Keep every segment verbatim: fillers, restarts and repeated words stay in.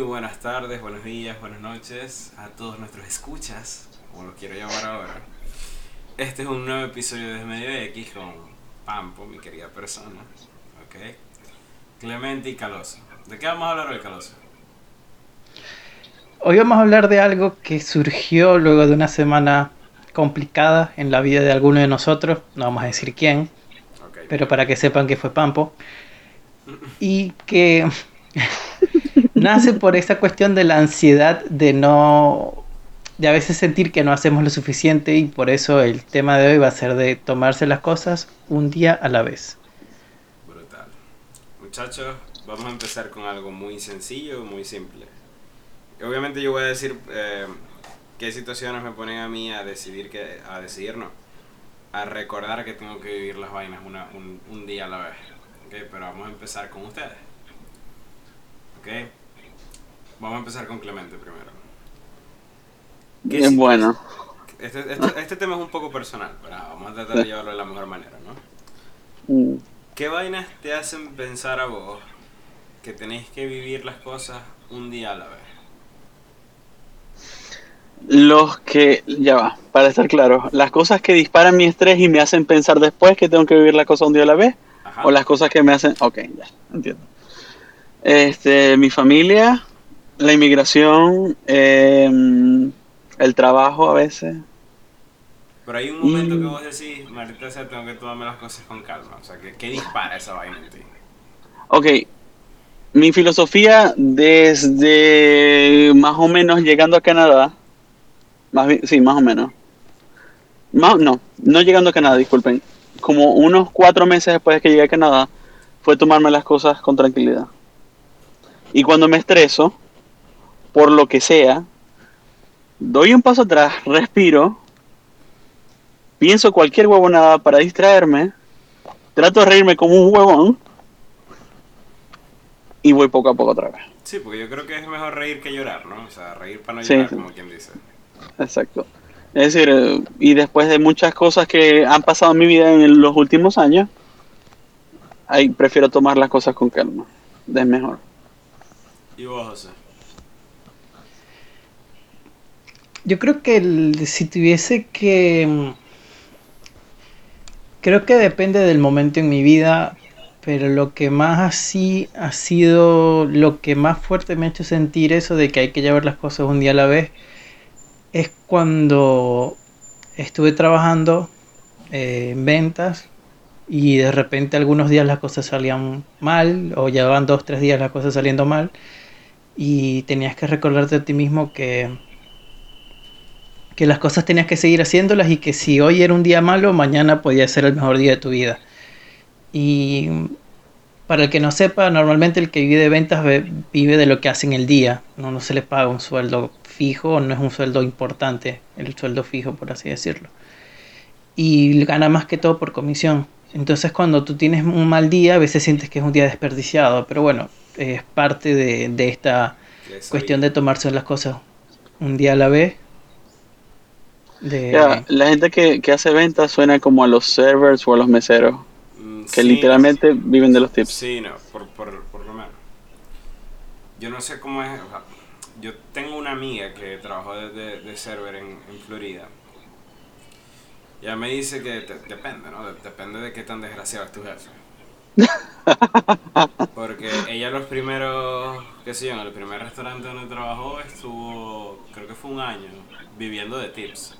buenas tardes, buenos días, buenas noches a todos nuestros escuchas, como los quiero llamar ahora. Este es un nuevo episodio de Medio X con Pampo, mi querida persona, ¿ok? Clemente y Caloso. ¿De qué vamos a hablar hoy, Caloso? Hoy vamos a hablar de algo que surgió luego de una semana complicada en la vida de alguno de nosotros, no vamos a Ok, decir quién, ok, pero para que sepan que fue Pampo, y que nace por esa cuestión de la ansiedad de no, de a veces sentir que no hacemos lo suficiente, y por eso el tema de hoy va a ser de tomarse las cosas un día a la vez. brutal. Muchachos, vamos a empezar con algo muy sencillo, muy simple. Obviamente yo voy a decir eh, qué situaciones me ponen a mí a decidir que, a decidir no, a recordar que tengo que vivir las vainas una, un, un día a la vez. Okay, pero vamos a empezar con ustedes. Okay. Vamos a empezar con Clemente primero. ¿Qué Eh, situación? Bueno, Este, este, este tema es un poco personal, pero vamos a tratar de llevarlo de la mejor manera, ¿no? mm, ¿Qué vainas te hacen pensar a vos que tenéis que vivir las cosas un día a la vez? los que, ya va, para estar claro, las cosas que disparan mi estrés y me hacen pensar después que tengo que vivir la cosa un día a la vez, o Ajá. las cosas que me hacen, ok, ya, entiendo. Este, mi familia, la inmigración, eh, el trabajo a veces, Pero hay un momento que y, vos decís, Marita, sea, tengo que tomarme las cosas con calma. O sea, ¿qué, qué dispara esa vaina en ti? ok, mi filosofía desde más o menos llegando a Canadá, más bien, sí, más o menos, más, no, no llegando a Canadá, disculpen, como unos cuatro meses después de que llegué a Canadá, fue tomarme las cosas con tranquilidad. Y cuando me estreso, por lo que sea, doy un paso atrás, respiro, pienso cualquier huevonada para distraerme, trato de reírme como un huevón y voy poco a poco otra vez. Sí, porque yo creo que es mejor reír que llorar, ¿no? O sea, reír para no Sí, llorar, sí, como quien dice. exacto. Es decir, eh, y después de muchas cosas que han pasado en mi vida en los últimos años, ahí prefiero tomar las cosas con calma. Es mejor. ¿Y vos, José? Yo creo que el- si tuviese que mm, creo que depende del momento en mi vida, pero lo que más así ha sido, lo que más fuerte me ha hecho sentir eso de que hay que llevar las cosas un día a la vez, es cuando estuve trabajando eh, en ventas y de repente algunos días las cosas salían mal o llevaban dos, tres días las cosas saliendo mal y tenías que recordarte a ti mismo que, que las cosas tenías que seguir haciéndolas y que si hoy era un día malo, mañana podía ser el mejor día de tu vida. Y para el que no sepa, normalmente el que vive de ventas vive de lo que hace en el día. No, no se le paga un sueldo fijo, no es un sueldo importante, el sueldo fijo, por así decirlo. Y gana más que todo por comisión. Entonces cuando tú tienes un mal día, a veces sientes que es un día desperdiciado, pero bueno, es parte de, de esta De esa cuestión vida. de tomarse las cosas un día a la vez. Ya, De... la gente que, que hace ventas suena como a los servers o a los meseros, Mm, que sí, no. literalmente viven de los tips. Sí, no. Por, por, por lo menos. Yo no sé cómo es. O sea, yo tengo una amiga que trabajó de, de, de server en, en Florida. Y ella me dice que te- depende, ¿no? De- depende de qué tan desgraciado es tu jefe. Porque ella los primeros, qué sé yo, en el primer restaurante donde trabajó estuvo, creo que fue un año, viviendo de tips.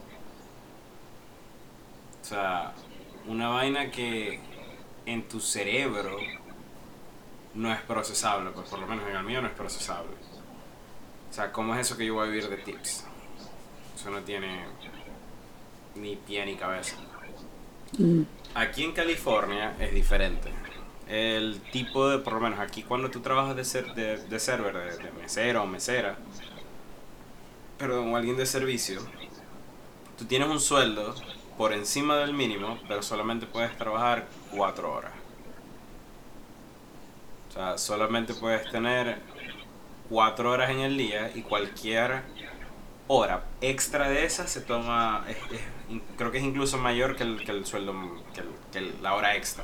O sea, una vaina que en tu cerebro no es procesable, pues por lo menos en el mío no es procesable. O sea, ¿cómo es eso que yo voy a vivir de tips? Eso no tiene ni pie ni cabeza. Aquí en California es diferente. El tipo de, por lo menos aquí cuando tú trabajas de, ser, de, de server, de, de mesero o mesera, perdón, o alguien de servicio, tú tienes un sueldo por encima del mínimo, pero solamente puedes trabajar cuatro horas. O sea, solamente puedes tener cuatro horas en el día y cualquier hora extra de esa se toma, es, es, creo que es incluso mayor que el, que el sueldo, que, el, que el, la hora extra.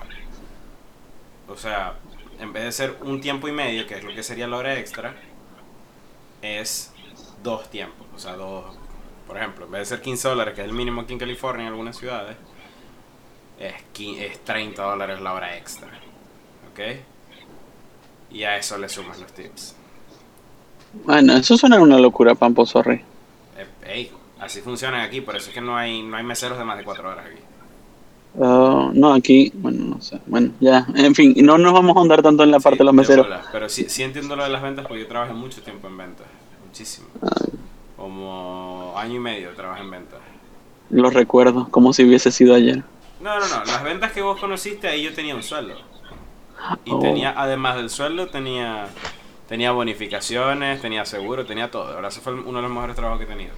O sea, en vez de ser un tiempo y medio, que es lo que sería la hora extra, es dos tiempos. O sea, dos. Por ejemplo, en vez de ser quince dólares, que es el mínimo aquí en California, en algunas ciudades, es, es treinta dólares la hora extra. ¿Ok? Y a eso le sumas los tips. Bueno, eso suena una locura, Pampo, sorry. Eh, Ey, así funcionan aquí, por eso es que no hay, no hay meseros de más de cuatro horas aquí. Uh, no, aquí, bueno, no sé. Bueno, ya, en fin, no nos vamos a ahondar tanto en la Sí, parte de los de meseros. bola, pero sí, sí entiendo lo de las ventas porque yo trabajé mucho tiempo en ventas. Muchísimo. Como año y medio trabajé en ventas. Los recuerdo, como si hubiese sido ayer. No, no, no. Las ventas que vos conociste, ahí yo tenía un sueldo. Y Oh. tenía, además del sueldo, tenía tenía bonificaciones, tenía seguro, tenía todo. Ahora ese fue uno de los mejores trabajos que he tenido.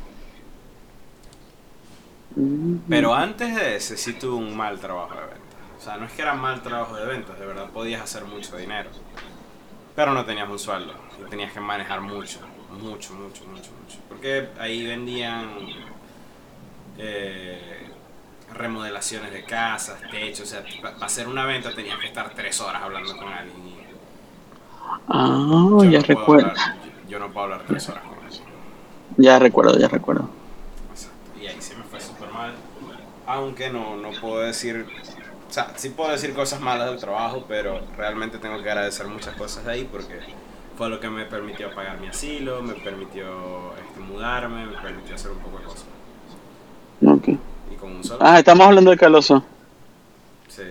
Pero antes de ese sí tuve un mal trabajo de ventas. O sea, no es que era mal trabajo de ventas, de verdad podías hacer mucho dinero. Pero no tenías un sueldo y tenías que manejar mucho, mucho, mucho, mucho, mucho. Porque ahí vendían eh, remodelaciones de casas, techos. O sea, para hacer una venta tenías que estar tres horas hablando con alguien. Y Ah, yo ya no puedo recuerdo. hablar, yo, yo no puedo hablar tres horas con alguien. Ya recuerdo, ya recuerdo. Exacto. Y ahí sí me fue súper mal. Aunque no, no puedo decir. O sea, sí puedo decir cosas malas del trabajo, pero realmente tengo que agradecer muchas cosas de ahí porque fue lo que me permitió pagar mi asilo, me permitió este, mudarme, me permitió hacer un poco de cosas. Ok. Y con un solo. Ah, estamos hablando de Caloso. Sí.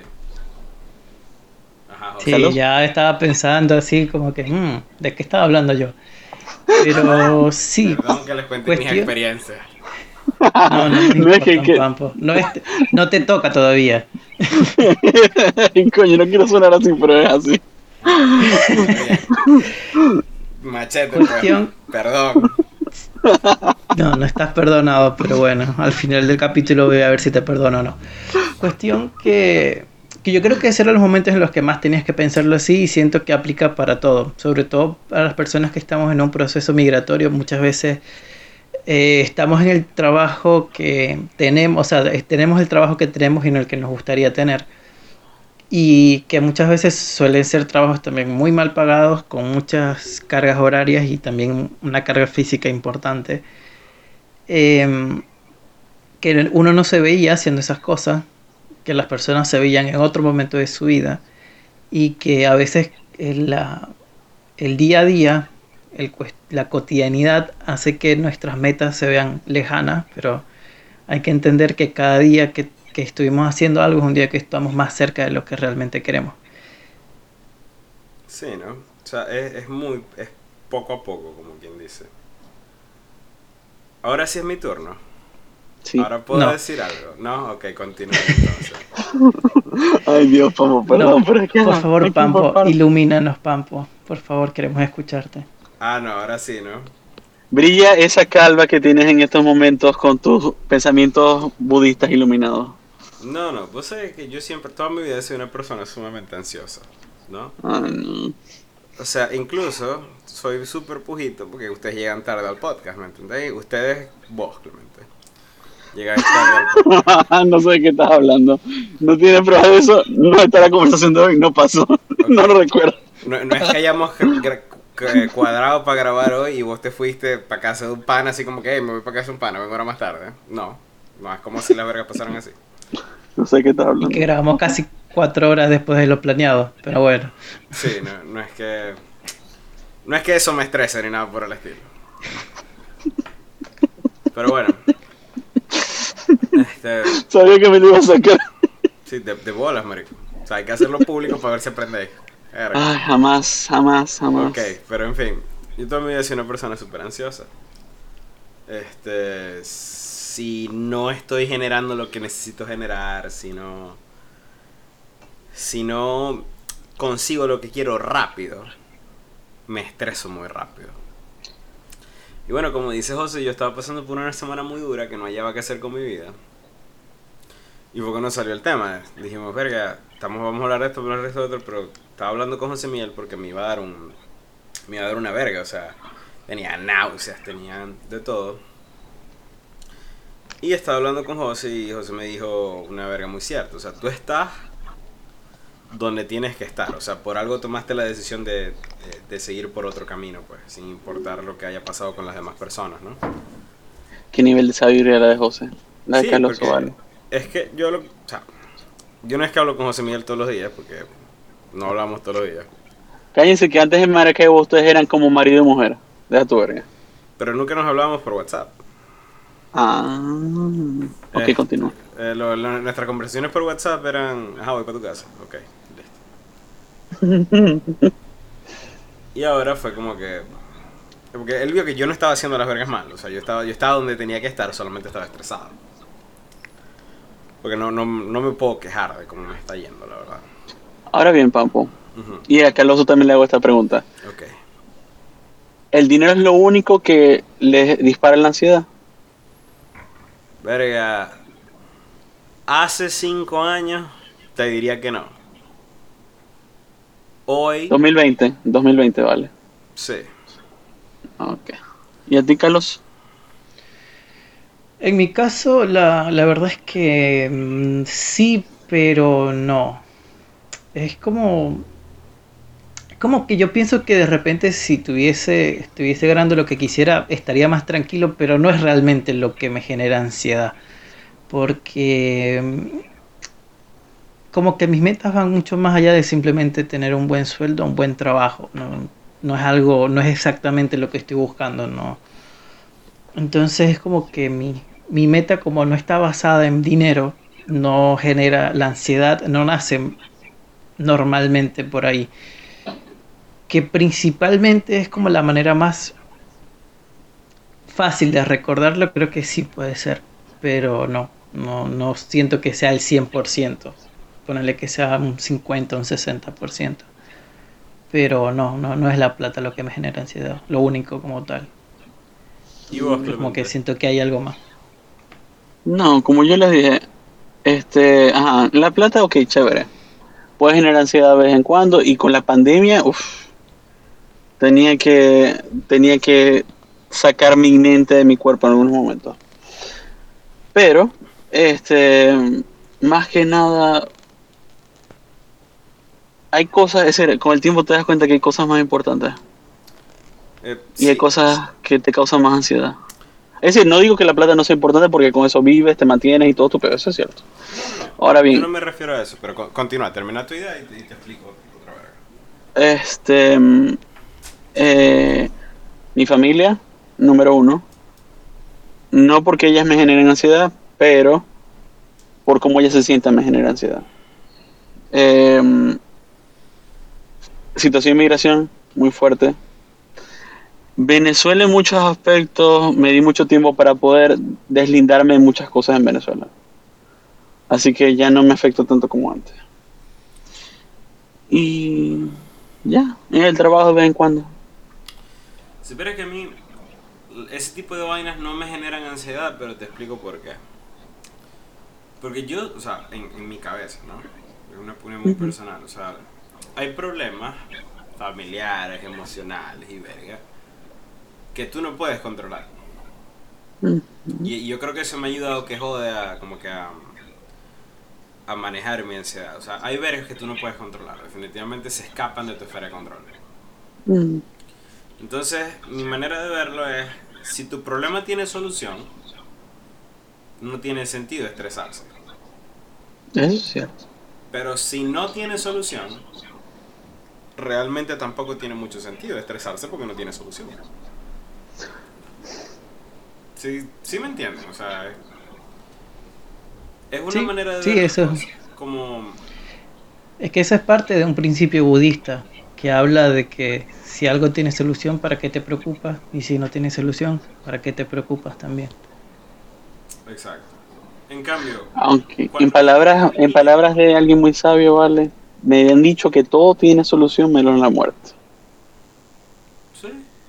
Ajá, José. Sí, ¿Carlos? ya estaba pensando así como que, "Mm, ¿de qué estaba hablando yo?" Pero sí, Perdón que les cuente mis cuestión... experiencias. No, no nos No es que, importan, que... Pampo. No, es, no te toca todavía. Coño, no quiero sonar así, pero es así. Está bien. Machete, pues. Cuestión... Perdón. No, no estás perdonado, pero bueno, al final del capítulo voy a ver si te perdono o no. Cuestión que, que yo creo que esos eran los momentos en los que más tenías que pensarlo así y siento que aplica para todo, sobre todo para las personas que estamos en un proceso migratorio. Muchas veces eh, estamos en el trabajo que tenemos, o sea, eh, tenemos el trabajo que tenemos y en el que nos gustaría tener. Y que muchas veces suelen ser trabajos también muy mal pagados, con muchas cargas horarias y también una carga física importante. Eh, que uno no se veía haciendo esas cosas, que las personas se veían en otro momento de su vida y que a veces el, la, el día a día, el, la cotidianidad hace que nuestras metas se vean lejanas, pero hay que entender que cada día que, que estuvimos haciendo algo es un día que estamos más cerca de lo que realmente queremos. Sí, ¿no? O sea, es, es muy. Es poco a poco, como quien dice. Ahora sí es mi turno. Sí. Ahora puedo No. decir algo. No, ok, continúe entonces. Ay, Dios, Pampo, perdón, No, pero es que... por favor, hay que Pampo, empapar. ilumínanos, Pampo. Por favor, queremos escucharte. Ah, no, ahora sí, ¿no? Brilla esa calva que tienes en estos momentos con tus pensamientos budistas iluminados. No, no, vos sabés que yo siempre, toda mi vida he sido una persona sumamente ansiosa, ¿no? Ay, no. O sea, incluso soy súper pujito porque ustedes llegan tarde al podcast, ¿me entendéis? Ustedes, vos, Clemente, llegáis tarde al podcast. No sé de qué estás hablando. No tiene pruebas de eso. No está la conversación de hoy. No pasó. No lo recuerdo. No, no es que hayamos gra- gra- cuadrado para grabar hoy y vos te fuiste para casa de un pana así como que, hey, me voy para casa de un pana, vengo ahora más tarde. No, no es como si las vergas pasaron así. No sé de qué estás Y hablando. que grabamos casi cuatro horas después de lo planeado, pero bueno. Sí, no, no es que... No es que eso me estrese ni nada por el estilo. Pero bueno. Este, Sabía que me lo iba a sacar. sí, de, de bolas, marico. O sea, hay que hacerlo público para ver si aprendéis. Verga. Ay, jamás, jamás, jamás. Ok, pero en fin. Yo toda mi vida he sido una persona súper ansiosa. Este... Si no estoy generando lo que necesito generar, si no... Si no consigo lo que quiero rápido, me estreso muy rápido. Y bueno, como dice José, yo estaba pasando por una semana muy dura que no hallaba qué hacer con mi vida. Y fue cuando salió el tema. Dijimos, verga, estamos, vamos a hablar de esto, vamos a hablar de esto, de otro, pero estaba hablando con José Miguel porque me iba a dar un... Me iba a dar una verga, o sea, tenía náuseas, tenía de todo. Y estaba hablando con José y José me dijo una verga muy cierta. O sea, tú estás donde tienes que estar. O sea, por algo tomaste la decisión de, de, de seguir por otro camino, pues, sin importar lo que haya pasado con las demás personas, ¿no? ¿Qué nivel de sabiduría la de José? La de Sí, Carlos porque Ovalo. es que yo lo, o sea, yo no es que hablo con José Miguel todos los días, porque no hablamos todos los días. Cállense que antes en Maracaibo ustedes eran como marido y mujer. Deja tu verga. Pero nunca nos hablábamos por WhatsApp. Ah, ok, Eh, continúa. eh, lo- lo- nuestras conversaciones por WhatsApp eran, ajá, voy para tu casa. Ok, listo. Y ahora fue como que, porque él vio que yo no estaba haciendo las vergas mal. O sea, yo estaba, yo estaba donde tenía que estar, solamente estaba estresado. Porque no, no, no me puedo quejar de cómo me está yendo, la verdad. Ahora bien, Pampo. Ujú. Y a Carlos también le hago esta pregunta. Ok. ¿El dinero es lo único que le dispara la ansiedad? Verga, hace cinco años te diría que no. Hoy, dos mil veinte, dos mil veinte, vale. sí. Ok. ¿Y a ti, Carlos? En mi caso, la, la verdad es que mm, sí, pero no. Es como, como que yo pienso que de repente si tuviese, estuviese ganando lo que quisiera, estaría más tranquilo, pero no es realmente lo que me genera ansiedad. Porque mm, como que mis metas van mucho más allá de simplemente tener un buen sueldo, un buen trabajo. No, no es algo, no es exactamente lo que estoy buscando, no. Entonces es como que mi, mi meta, como no está basada en dinero, no genera la ansiedad, no nace normalmente por ahí. Que principalmente es como la manera más fácil de recordarlo, creo que sí puede ser, pero no, no, no siento que sea el cien por ciento. Ponerle que sea un cincuenta, un sesenta por ciento. Pero no, no, no es la plata lo que me genera ansiedad, lo único como tal. ¿Y vos, Como que Clemente? siento que hay algo más. No, como yo les dije, este, ajá, la plata, ok, chévere. Puede generar ansiedad de vez en cuando y con la pandemia, uff, tenía que, tenía que sacar mi mente de mi cuerpo en algunos momentos. Pero, este, más que nada, hay cosas, es decir, con el tiempo te das cuenta que hay cosas más importantes Eh, y hay sí, cosas que te causan más ansiedad. Es decir, no digo que la plata no sea importante porque con eso vives, te mantienes y todo tu pedo, eso es cierto. no, no, no. Ahora Yo bien, no me refiero a eso, pero co- continúa, termina tu idea y te, y te explico otra verga. este, mm, eh, mi familia, número uno, no porque ellas me generen ansiedad, pero por cómo ellas se sientan me genera ansiedad. Eh, situación de migración muy fuerte. Venezuela en muchos aspectos me di mucho tiempo para poder deslindarme de muchas cosas en Venezuela. Así que ya no me afecta tanto como antes. Y ya, en el trabajo de vez en cuando. Si pero que a mí ese tipo de vainas no me generan ansiedad, pero te explico por qué. Porque yo, o sea, en, en mi cabeza, ¿no? Es una opinión muy Ujú. personal, o sea, hay problemas familiares, emocionales y verga que tú no puedes controlar. Ujú. Y, y yo creo que eso me ha ayudado que jode a, como que a, a manejar mi ansiedad. O sea, hay vergas que tú no puedes controlar, definitivamente se escapan de tu esfera de control. Mm, Entonces, mi manera de verlo es, si tu problema tiene solución, no tiene sentido estresarse. Eso es cierto. Pero si no tiene solución, realmente tampoco tiene mucho sentido estresarse porque no tiene solución. Sí, sí me entienden, o sea, es, es una Sí, manera de sí, ver las eso. cosas como... Es que esa es parte de un principio budista que habla de que si algo tiene solución, ¿para qué te preocupas? Y si no tiene solución, ¿para qué te preocupas también? Exacto. En cambio, Aunque en cuando yo... palabras, en palabras de alguien muy sabio, vale, me han dicho que todo tiene solución menos la muerte. Sí,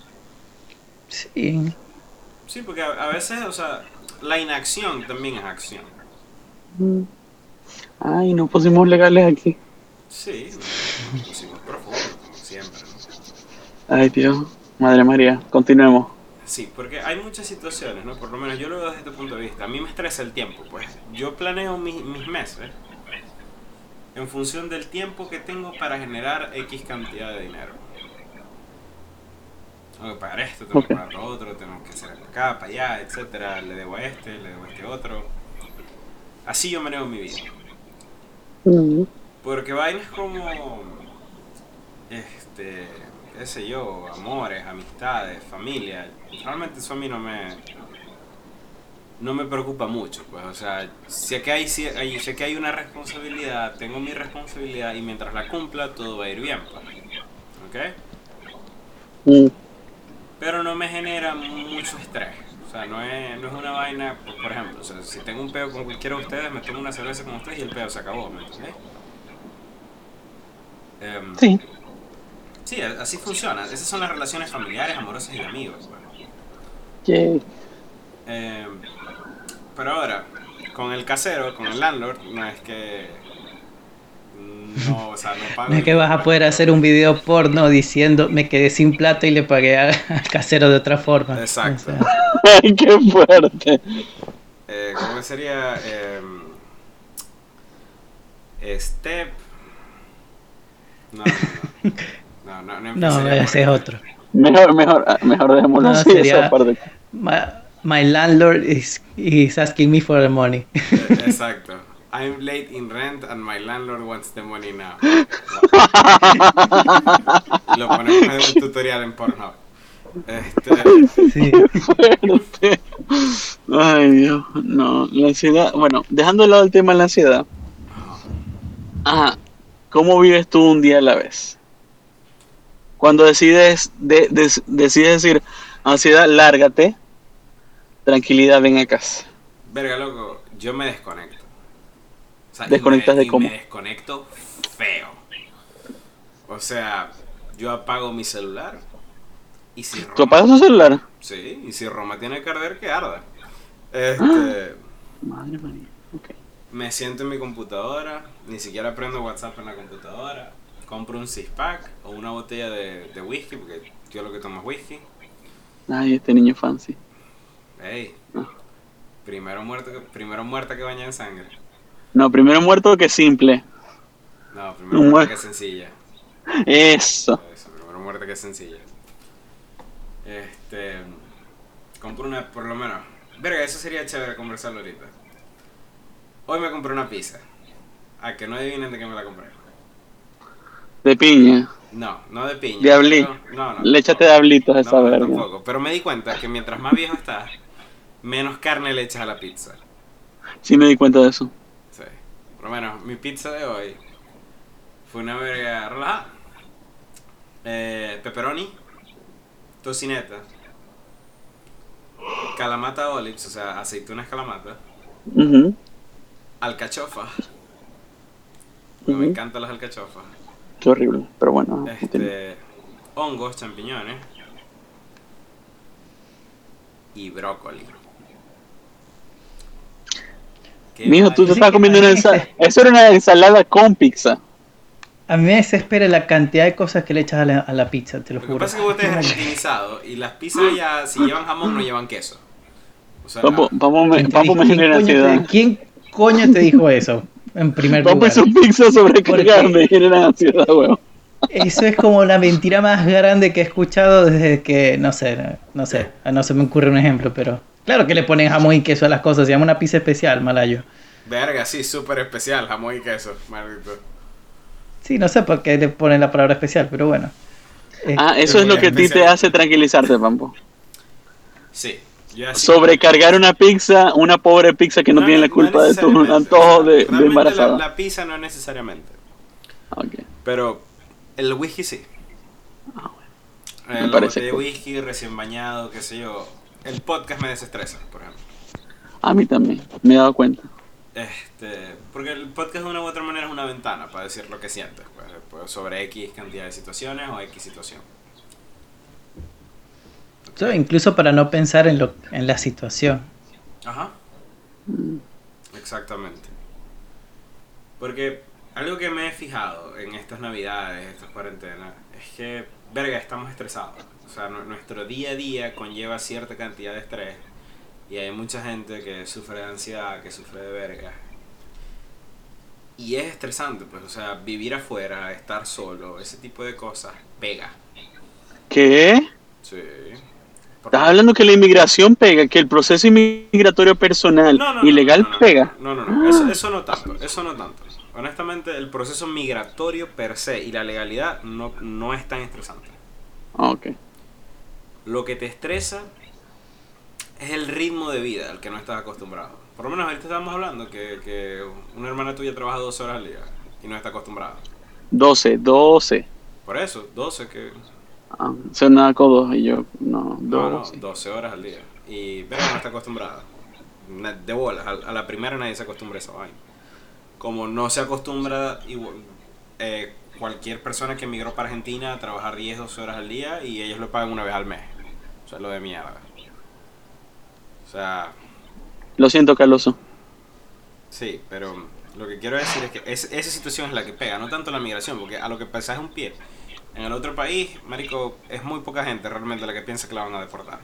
Sí, sí, porque a, a veces, o sea, la inacción también es acción. Mm. Ay, nos pusimos legales aquí. Sí, nos, nos pusimos profundos, como siempre, ¿no? Ay, Dios, Madre María, continuemos. Sí, porque hay muchas situaciones, ¿no? Por lo menos yo lo veo desde este punto de vista. A mí me estresa el tiempo, pues. Yo planeo mis, mis meses en función del tiempo que tengo para generar X cantidad de dinero. Tengo que pagar esto, tengo Okay. que pagar lo otro, tengo que hacer acá, para allá, etcétera. Le debo a este, le debo a este otro. Así yo manejo mi vida. Mm. Porque vainas como, este, qué sé yo, amores, amistades, familia, realmente eso a mí no me, no me preocupa mucho, pues, o sea, sé que hay, si- hay- sé que hay una responsabilidad, tengo mi responsabilidad y mientras la cumpla todo va a ir bien, pues, ¿ok? Mm. Pero no me genera mucho estrés, o sea, no es, no es una vaina, pues, por ejemplo, o sea, si tengo un peo con cualquiera de ustedes, me tomo una cerveza con ustedes y el peo se acabó, ¿me entendés? Em, Sí. sí, así funciona, esas son las relaciones familiares, amorosas y de amigos, pues. Yay. Em, pero ahora, con el casero, con el landlord, no es que no, o sea, no No pago es que el... vas a poder hacer un video porno diciendo me quedé sin plata y le pagué al al casero de otra forma. O Exacto. sea, Ay, qué fuerte. Eh, ¿Cómo sería? Eh, step... No, no, no. No, no, no no, empezaría por ese es step. otro. Mejor, mejor, mejor dejémoslo No, así, esa sería parte. my, my landlord is, is asking me for the money. Eh, exacto. I'm late in rent and my landlord wants the money now. Lo ponemos en un tutorial en Pornhub. Este... Sí. Fuerte. Ay, Dios, no, la ansiedad, bueno, dejando de lado el tema de la ansiedad, Ajá. ajá, ¿cómo vives tú un día a la vez? Cuando decides, de, des- decides decir, ansiedad, lárgate, tranquilidad, ven a casa. Verga, loco, yo me desconecto. O sea, y me, ¿Desconectas de y me cómo? desconecto feo. O sea, yo apago mi celular y si ¿Tú Roma... apagas tu celular? Sí, y si Roma tiene que arder, que arda. ¡Ah! Este... Madre mía, ok. Me siento en mi computadora, ni siquiera prendo WhatsApp en la computadora. Compro un six pack o una botella de, de whisky, porque yo lo que tomo es whisky. Ay, este niño fancy. Ey, Ah. primero muerto que, primero muerta que baña en sangre. No, primero muerto que simple. No, primero Un muerta muer- que sencilla. Eso. Eso, primero muerta que sencilla. Este... Compro una, por lo menos... Verga, eso sería chévere conversarlo ahorita. Hoy me compré una pizza. A que no adivinen de qué me la compré. De piña. No, no de piña, Diabli. pero... No, no, Le échate tampoco. diablitos a esa No, no, verga. tampoco. Pero me di cuenta que mientras más viejo estás, menos carne le echas a la pizza. Sí me di cuenta de eso. Sí. Por lo menos, mi pizza de hoy fue una verga relajada. Eh, pepperoni, tocineta, calamata olives, o sea, aceitunas calamata, Ujú, alcachofa, porque me ujú. encantan las alcachofas, Qué horrible. Pero bueno, continúa. este, hongos, champiñones y brócoli. ¿Qué Mijo, tú te Así estás que vaina? a comiendo mí una me ensalada. des- Eso era una ensalada con pizza. a mí me desespera la cantidad de cosas que le echas a la, a la pizza, te lo Lo que juro. pasa es que vos Es te como has que- argentinizado y las pizzas allá, si llevan jamón, no llevan queso. O Papo, sea, papo, me, ¿Quién te papo dijo, me quién genera coño te, ansiedad. quién coño te dijo eso? En primer Papo y lugar. su pizza sobrecargada me Porque generan ansiedad, weón. eso es como la mentira más grande que he escuchado desde que, no sé, no, no ¿qué? sé, no se me ocurre un ejemplo, pero claro que le ponen jamón y queso a las cosas, se llama una pizza especial, malayo. Verga, sí, súper especial, jamón y queso, maldito. Sí, no sé por qué le ponen la palabra especial, pero bueno. Ah, eso es Este, lo que a ti te hace Especialista. tranquilizarte, Pampo. Sí, yo así como... Sobrecargar una pizza, una pobre pizza que no No, tiene no, la no culpa de tus necesariamente, o antojos sea, de, de realmente la, embarazada. la pizza no necesariamente. Ah, ok. Pero el whisky sí. Ah, Eh, me la parece botella de cool. whisky, recién bañado, qué sé yo. El podcast me desestresa, por ejemplo. A mí también, me he dado cuenta. Este, porque el podcast de una u otra manera es una ventana para decir lo que sientes, pues, pues, sobre X cantidad de situaciones o X situación. yo ¿Ok? incluso para no pensar en, lo, en la situación. Ajá, Mm. exactamente. Porque algo que me he fijado en estas navidades, estas cuarentenas, es que, verga, estamos estresados. O sea, nu- nuestro día a día conlleva cierta cantidad de estrés. Y hay mucha gente que sufre de ansiedad, que sufre de verga. Y es estresante, pues, o sea, vivir afuera, estar solo, ese tipo de cosas, pega. ¿Qué? Sí. Por lo ¿Estás menos. hablando que la inmigración pega, que el proceso inmigratorio personal No, no, y no, no, legal no, no, pega? no, no, no, eso, eso no tanto, eso no tanto. Honestamente, el proceso migratorio per se y la legalidad no, no es tan estresante. Ah, ok. Lo que te estresa es el ritmo de vida al que no estás acostumbrado. Por lo menos ahorita estábamos hablando que, que una hermana tuya trabaja doce horas al día y no está acostumbrada. doce, doce. Por eso, doce que... Ah, suena codos y yo, no, No, no, doce. doce horas al día. Y pero no está acostumbrada. Na- De bolas, a, a la primera nadie se acostumbra a esa vaina. Como no se acostumbra igual, eh, cualquier persona que emigró para Argentina a trabajar diez doce horas al día y ellos lo pagan una vez al mes. O sea, lo de mierda. O sea, Lo siento, Carloso. sí, pero lo que quiero decir es que es, esa situación es la que pega, no tanto la migración, porque a lo que pasa es un pie. En el otro país, marico, es muy poca gente realmente la que piensa que la van a deportar.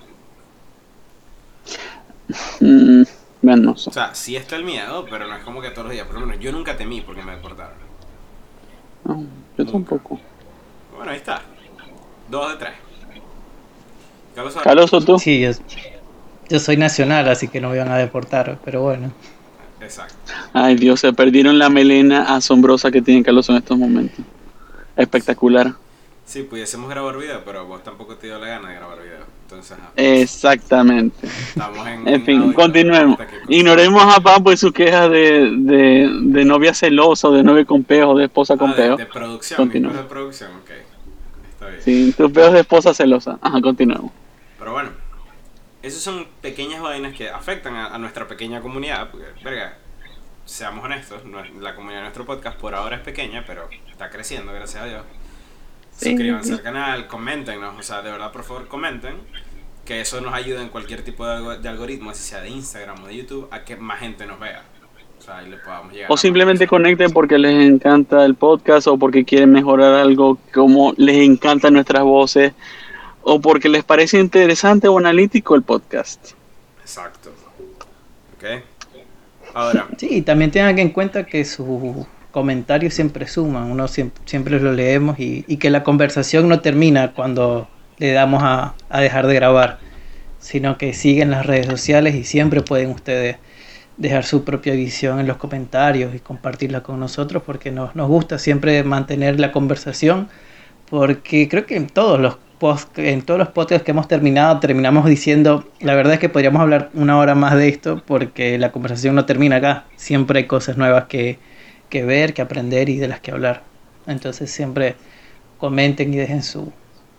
Mm, bueno, no sé. O sea, sí está el miedo, pero no es como que todos los días. Por lo menos yo nunca temí porque me deportaron. No, yo Nunca. tampoco. Bueno, ahí está. Dos de tres. Carlos, Carloso, tú. Sí, yo, yo soy nacional, así que no me van a deportar, pero bueno. exacto. Ay, Dios, se perdieron la melena asombrosa que tiene Carloso en estos momentos. Espectacular. Sí, pudiésemos grabar video, pero vos tampoco te dio la gana de grabar video. Entonces, ajá, Exactamente. estamos en, En en fin, audio. continuemos. Hasta que cosa. Ignoremos a Papo y su queja de, de, de novia celosa, de novia con peo, de esposa con Ah, de, peo. de producción, mis Continuemos. cosas de producción, ok. Está bien. Sí, tus peos de esposa celosa. Ajá, continuemos. Pero bueno, esas son pequeñas vainas que afectan a, a nuestra pequeña comunidad. Porque, verga, seamos honestos, no- la comunidad de nuestro podcast por ahora es pequeña, pero está creciendo, gracias a Dios. Sí. Suscríbanse al canal, coméntenos, o sea, de verdad, por favor, comenten. Que eso nos ayuda en cualquier tipo de, algo- de algoritmo, así sea de Instagram o de YouTube, a que más gente nos vea. O sea, y le podamos llegar a O más simplemente personas. conecten porque les encanta el podcast o porque quieren mejorar algo, como les encantan nuestras voces o porque les parece interesante o analítico el podcast. Exacto. Ok. Ahora, Sí, y también tengan en cuenta que sus comentarios siempre suman, uno siempre, siempre lo leemos y, y que la conversación no termina cuando le damos a, a dejar de grabar, sino que siguen las redes sociales y siempre pueden ustedes dejar su propia visión en los comentarios y compartirla con nosotros porque nos, nos gusta siempre mantener la conversación porque creo que en todos los post, en todos los podcasts que hemos terminado terminamos diciendo la verdad es que podríamos hablar una hora más de esto porque la conversación no termina acá, siempre hay cosas nuevas que, que ver, que aprender y de las que hablar, entonces siempre comenten y dejen su,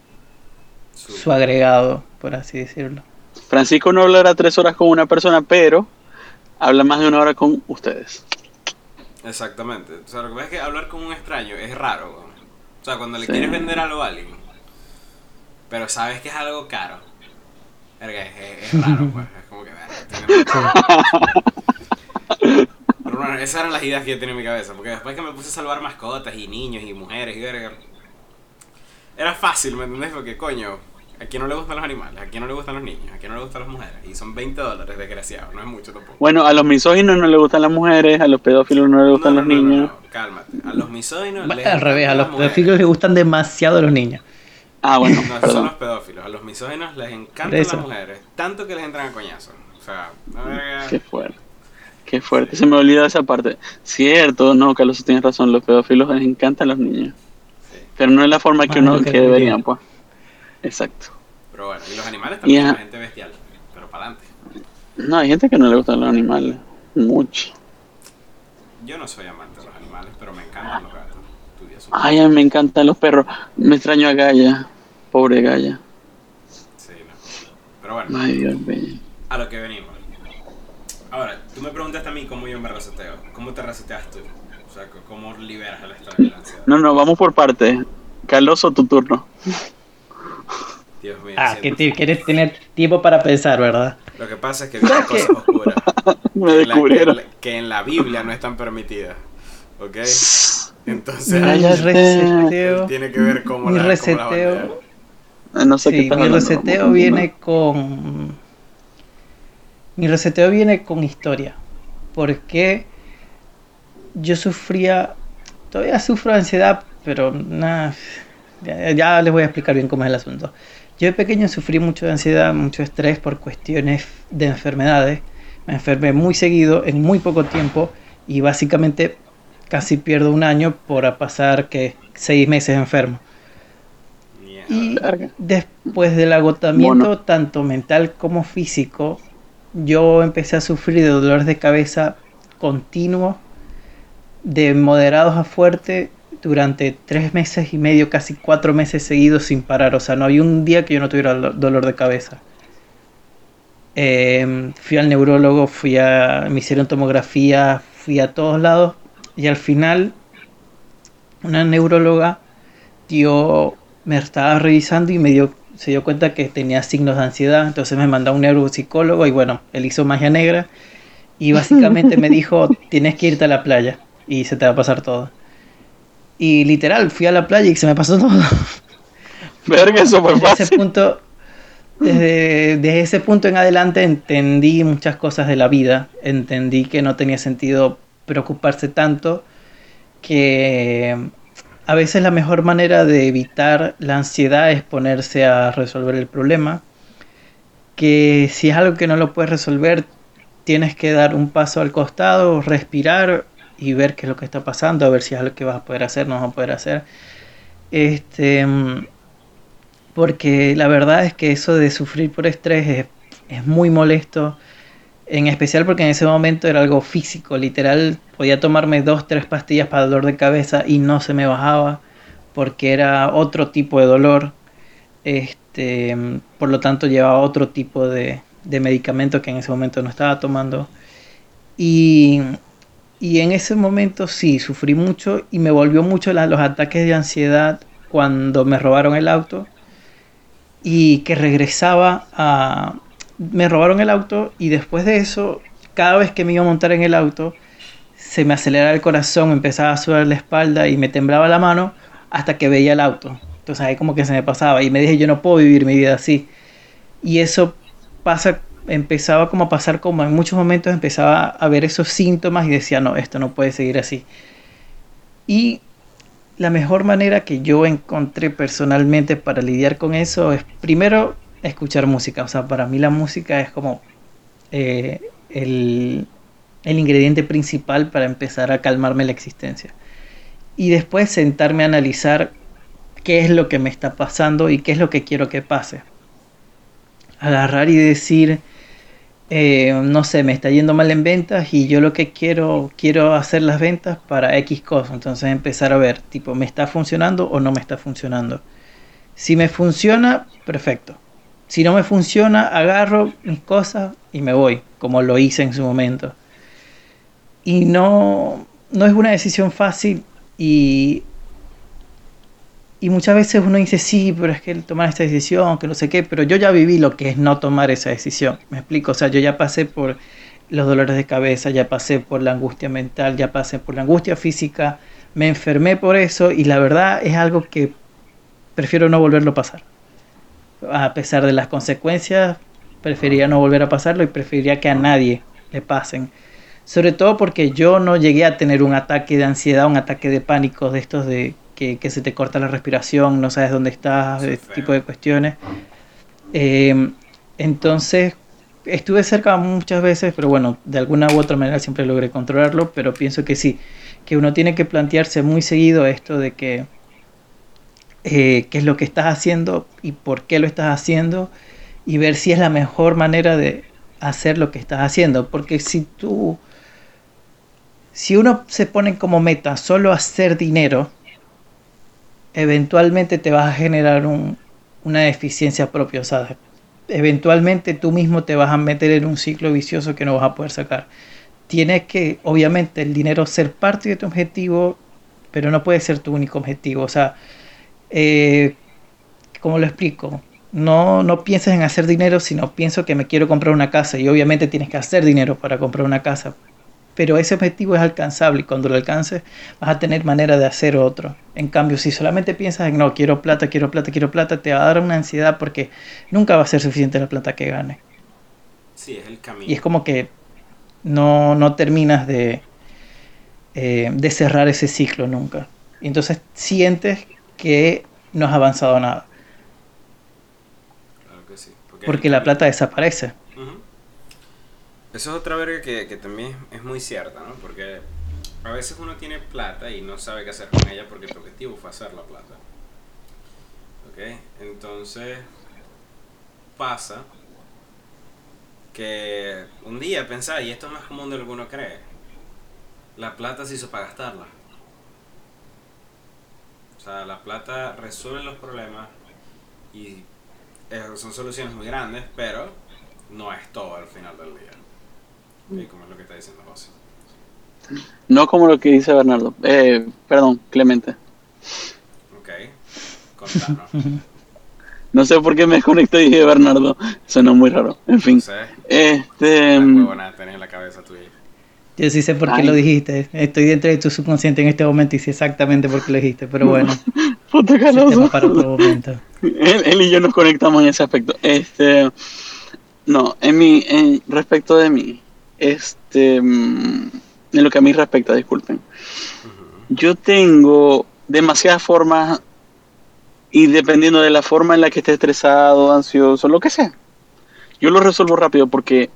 su- su agregado, por así decirlo. Francisco no hablará tres horas con una persona, pero habla más de una hora con ustedes. exactamente. O sea, lo que pasa es que hablar con un extraño es raro. ¿No? O sea, cuando le Sí. quieres vender algo a alguien, pero sabes que es algo caro. Verga, es, es, es raro, pues. Es como que, verga, tiene mucho- Pero bueno, esas eran las ideas que yo tenía en mi cabeza. Porque después que me puse a salvar mascotas y niños y mujeres y verga, era fácil, ¿me entendés? Porque, coño, ¿a quién no le gustan los animales? ¿A quién no le gustan los niños? ¿A quién no le gustan las mujeres? Y son veinte dólares, desgraciado. No es mucho tampoco. Bueno, a los misóginos no les gustan las mujeres, a los pedófilos no les gustan no, los no, no, niños. no, no, cálmate. A los misóginos les Al revés, a encantan los las mujeres. pedófilos les gustan demasiado los niños. Ah, bueno, No, esos son perdón. los pedófilos. A los misóginos les Por encantan eso. las mujeres. Tanto que les entran a coñazo. O sea, a ver, Qué fuerte. Qué fuerte. Se me olvida esa parte. Cierto, no, Carlos, tienes razón. Los pedófilos les encantan los niños. sí. Pero no es la forma que Más de uno lo que que debería. deberían, pues. Exacto. Pero bueno, y los animales también, Ya. la gente bestial. Pero para adelante. No, hay gente que no le gustan los animales. Mucho. Yo no soy amante de los animales, pero me encantan los gatos. Tu día son- Ay, a mí me encantan los perros. Me extraño a Gaia. Pobre Gaia. Sí, no. Pero bueno, Ay, Dios mío. a lo que venimos. Ahora, tú me preguntaste a mí cómo yo me reseteo. ¿Cómo te reseteas tú? O sea, c- ¿cómo liberas el estrés y la ansiedad? No, no, vamos por partes. Carloso, tu turno. Dios mío. Ah, siento- que te- quieres tener tiempo para pensar, ¿verdad? Lo que pasa es que vienen ¿Sabes cosas oscuras. Me que en la- descubrieron. que en la- que en la Biblia no están permitidas. ¿Ok? Entonces, Mi Cállate. reseteo, tiene que ver cómo mi la, cómo las reseteo, banderas. Ah, no sé qué sí, estás mi hablando. reseteo Vamos a viene con, mi reseteo viene con historia, porque yo sufría, todavía sufro de ansiedad, pero nada, ya, ya les voy a explicar bien cómo es el asunto. Yo de pequeño sufrí mucho de ansiedad, mucho estrés por cuestiones de enfermedades. Me enfermé muy seguido, en muy poco tiempo, y básicamente casi pierdo un año por pasar que seis meses enfermo. Y Mierda. Verga. después del Mono. agotamiento, tanto mental como físico, yo empecé a sufrir de dolores de cabeza continuos, de moderados a fuertes, durante tres meses y medio, casi cuatro meses seguidos sin parar. O sea, no había un día que yo no tuviera do- dolor de cabeza. Eh, fui al neurólogo, fui a, me hicieron tomografía, fui a todos lados y al final una neuróloga dio, me estaba revisando y me dio, se dio cuenta que tenía signos de ansiedad, entonces me mandó a un neuropsicólogo y bueno, él hizo magia negra y básicamente me dijo, tienes que irte a la playa y se te va a pasar todo. Y literal, fui a la playa y se me pasó todo. Verga, eso fue Desde ese fácil. punto, desde, desde ese punto en adelante entendí muchas cosas de la vida, entendí que no tenía sentido preocuparse tanto, que a veces la mejor manera de evitar la ansiedad es ponerse a resolver el problema, que si es algo que no lo puedes resolver, tienes que dar un paso al costado, respirar y ver qué es lo que está pasando, a ver si es algo que vas a poder hacer, no vas a poder hacer. Este, porque la verdad es que eso de sufrir por estrés es, es muy molesto, en especial porque en ese momento era algo físico, literal, podía tomarme dos, tres pastillas para dolor de cabeza y no se me bajaba, porque era otro tipo de dolor, este, por lo tanto llevaba otro tipo de, de medicamento que en ese momento no estaba tomando. Y, y en ese momento sí, sufrí mucho y me volvió mucho la, los ataques de ansiedad cuando me robaron el auto y que regresaba a... Me robaron el auto y después de eso, cada vez que me iba a montar en el auto, se me aceleraba el corazón, me empezaba a sudar la espalda y me temblaba la mano hasta que veía el auto. Entonces ahí como que se me pasaba y me dije, yo no puedo vivir mi vida así. Y eso pasa, empezaba como a pasar como en muchos momentos empezaba a ver esos síntomas y decía, no, esto no puede seguir así. Y la mejor manera que yo encontré personalmente para lidiar con eso es primero escuchar música. O sea, para mí la música es como eh, el, el ingrediente principal para empezar a calmarme la existencia. Y después sentarme a analizar qué es lo que me está pasando y qué es lo que quiero que pase. Agarrar y decir, eh, no sé, me está yendo mal en ventas y yo lo que quiero, quiero hacer las ventas para X cosa. Entonces empezar a ver, tipo, ¿me está funcionando o no me está funcionando? Si me funciona, perfecto. Si no me funciona, agarro mis cosas y me voy, como lo hice en su momento. Y no, no es una decisión fácil y, y muchas veces uno dice, sí, pero es que el tomar esta decisión, que no sé qué, pero yo ya viví lo que es no tomar esa decisión. Me explico, o sea, yo ya pasé por los dolores de cabeza, ya pasé por la angustia mental, ya pasé por la angustia física, me enfermé por eso y la verdad es algo que prefiero no volverlo a pasar. A pesar de las consecuencias, preferiría no volver a pasarlo y preferiría que a nadie le pasen. Sobre todo porque yo no llegué a tener un ataque de ansiedad, un ataque de pánico de estos de que, que se te corta la respiración, no sabes dónde estás, Eso es este tipo feo. de cuestiones. Eh, entonces, estuve cerca muchas veces, pero bueno, de alguna u otra manera siempre logré controlarlo, pero pienso que sí, que uno tiene que plantearse muy seguido esto de que eh, qué es lo que estás haciendo y por qué lo estás haciendo y ver si es la mejor manera de hacer lo que estás haciendo. Porque si tú, si uno se pone como meta solo hacer dinero, eventualmente te vas a generar un, una deficiencia propia, ¿sabes? Eventualmente tú mismo te vas a meter en un ciclo vicioso que no vas a poder sacar. Tienes que, obviamente, el dinero ser parte de tu objetivo, pero no puede ser tu único objetivo. O sea, eh, ¿cómo lo explico? No, no pienses en hacer dinero, sino pienso que me quiero comprar una casa y obviamente tienes que hacer dinero para comprar una casa. Pero ese objetivo es alcanzable y cuando lo alcances vas a tener manera de hacer otro. En cambio, si solamente piensas en no, quiero plata, quiero plata, quiero plata, te va a dar una ansiedad porque nunca va a ser suficiente la plata que ganes. Sí, es el Y es camino. como que no, no terminas de, eh, de cerrar ese ciclo nunca. Y entonces sientes que no has avanzado nada. Claro que sí. Porque, Porque la plata desaparece. Uh-huh. Eso es otra verga que, que también es muy cierta, ¿no? Porque a veces uno tiene plata y no sabe qué hacer con ella porque tu objetivo fue hacer la plata. ¿Ok? Entonces pasa que un día pensás, y esto es más común de lo que uno cree, la plata se hizo para gastarla. O sea, la plata resuelve los problemas y eh, son soluciones muy grandes, pero no es todo al final del día. ¿Okay? Como es lo que está diciendo José. No como lo que dice Bernardo. Eh, perdón, Clemente. Ok, contanos. No sé por qué me desconecté y dije Bernardo. Sonó muy raro. En fin. No sé, Este. la huevona tenés en la cabeza tuya. Yo sí sé por qué Ay. lo dijiste. Estoy dentro de tu subconsciente en este momento y sé exactamente por qué lo dijiste. Pero bueno, Puta ese caloso. tema para otro momento. Él, él y yo nos conectamos en ese aspecto. Este. No, en mi. En, respecto de mí. Este. mm, En lo que a mí respecta, disculpen. Uh-huh. Yo tengo demasiadas formas. Y dependiendo de la forma en la que esté estresado, ansioso, lo que sea. Yo lo resuelvo rápido porque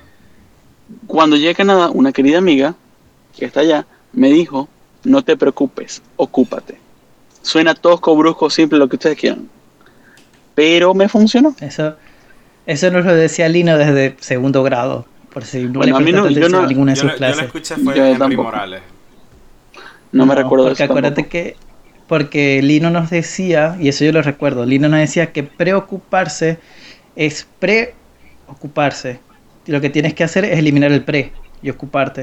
cuando llegué a Canadá, una querida amiga que está allá me dijo, no te preocupes, ocúpate. Suena tosco, brusco, simple, lo que ustedes quieran. Pero me funcionó. Eso, eso nos lo decía Lino desde segundo grado. Por si no Bueno, a le mí no- prestaste yo atención no- a ninguna de Yo, sus lo, yo clases. lo escuché fue Yo de Henry tampoco. Morales. No, me recuerdo de porque eso acuérdate tampoco. que, porque Lino nos decía, y eso yo lo recuerdo, Lino nos decía que preocuparse es preocuparse. Y lo que tienes que hacer es eliminar el pre y ocuparte.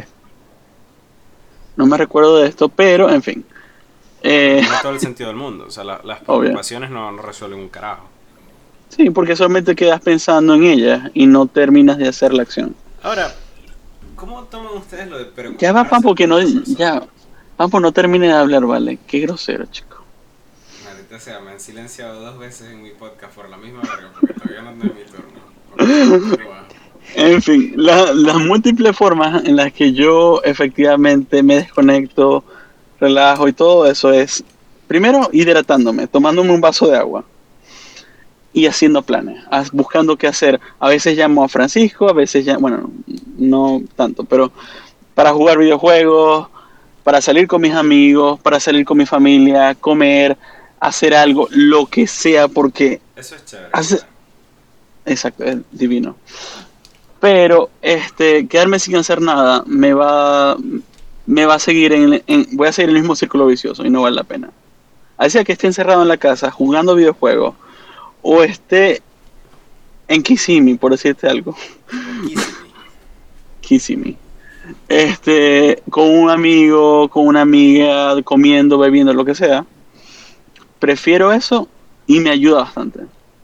No me recuerdo de esto, pero en fin. Eh, Tiene todo el sentido del mundo. O sea, la- las Obvio. preocupaciones no, no resuelven un carajo. Sí, porque solamente quedas pensando en ella y no terminas de hacer la acción. Ahora, ¿cómo toman ustedes lo de preocuparse Ya va, Pampo, que por no. otra persona? Ya. Pampo, no termine de hablar, vale. Qué grosero, chico. Maldita sea, me han silenciado dos veces en mi podcast por la misma verga, porque todavía no es mi turno. Continúa. En fin, la- las múltiples formas en las que yo efectivamente me desconecto, relajo y todo eso es, primero, hidratándome, tomándome un vaso de agua y haciendo planes, as- buscando qué hacer. A veces llamo a Francisco, a veces llamo, bueno, no tanto, pero para jugar videojuegos, para salir con mis amigos, para salir con mi familia, comer, hacer algo, lo que sea, porque Eso es chévere. Hace- ¿verdad? exacto, es divino. Pero este quedarme sin hacer nada me va me va a seguir en, en- voy a seguir el mismo círculo vicioso y no vale la pena. Así sea que esté encerrado en la casa jugando videojuegos o esté en Kissimmee, por decirte algo, Poquísimo. Kissimmee. Este, con un amigo, con una amiga, comiendo, bebiendo, lo que sea, prefiero eso y me ayuda bastante.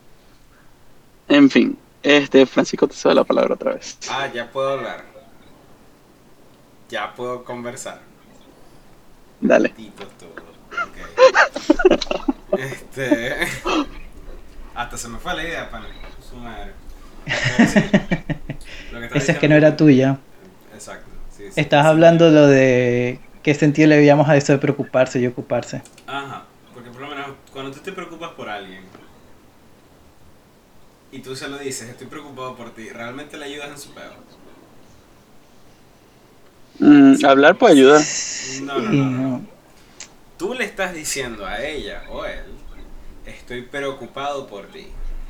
En fin, este, Francisco, te cedo la palabra otra vez. Ah, ya puedo hablar. Ya puedo conversar. Dale. Tito todo. Ok. Este. Hasta se me fue la idea, pana. Su madre. Pero sí, lo que estaba Esa es que diciendo- no era tuya. Exacto. Sí, sí, Estás sí. hablando lo de qué sentido le veíamos a eso de preocuparse y ocuparse. Ajá. Porque por lo menos cuando tú te preocupas por alguien y tú se lo dices, estoy preocupado por ti, ¿realmente le ayudas en su pedo? Mm, hablar puede ayudar. No, no, Sí, no, no. no. Tú le estás diciendo a ella o él, estoy preocupado por ti.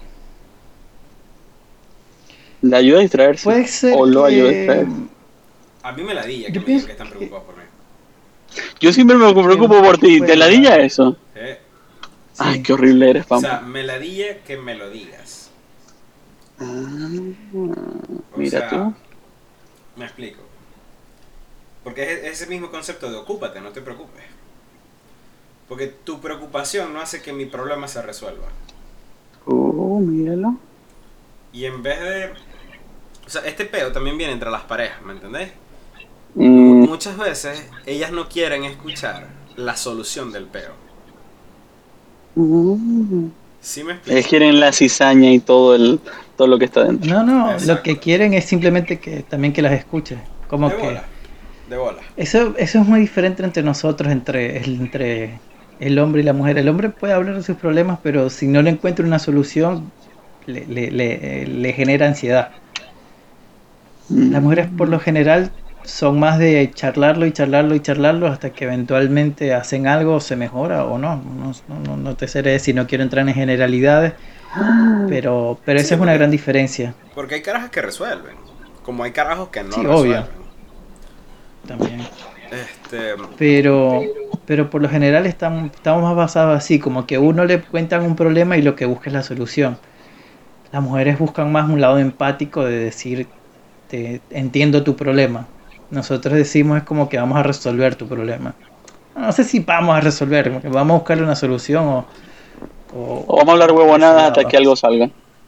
Le ayuda a distraerse. Puede ser O lo ayuda a que... distraerse. A mí me la di, que Yo me digan pienso que están que- preocupados por mí. Yo siempre me preocupo por ti. puede ¿Te ayudar. ladilla eso? ¿Eh? Ay, qué horrible eres, O Pampa. sea, me la di que me lo digas. Ah, O mira sea, tú. me explico. Porque es ese mismo concepto de ocúpate, no te preocupes. Porque tu preocupación no hace que mi problema se resuelva. Oh, míralo. Y en vez de... O sea, este peo también viene entre las parejas, ¿me entendés? Mm, Muchas veces ellas no quieren escuchar la solución del peo. mm. ¿Sí me explico? Ellos quieren la cizaña y todo el todo lo que está dentro. No, no, Exacto. lo que quieren es simplemente que también que las escuches. Como De que bola. De bola. Eso, eso es muy diferente entre nosotros, entre el, entre el hombre y la mujer. El hombre puede hablar de sus problemas, pero si no le encuentra una solución, le, le, le, le genera ansiedad. Las mujeres por lo Mm, general son más de charlarlo y charlarlo y charlarlo hasta que eventualmente hacen algo, se mejora o no. No, no, no, no te sé decir, no quiero entrar en generalidades, pero, pero esa Sí, es una porque, gran diferencia. porque hay carajos que resuelven. Como hay carajos que no Sí, obvio, resuelven. también. Este, Pero, pero por lo general estamos, estamos más basados así, como que uno le cuentan un problema y lo que busca es la solución. Las mujeres buscan más un lado empático de decir, te, entiendo tu problema. Nosotros decimos es como que vamos a resolver tu problema. No sé si vamos a resolver, como que vamos a buscarle una solución o, o o vamos a hablar por ese huevonadas hasta lado. que algo salga.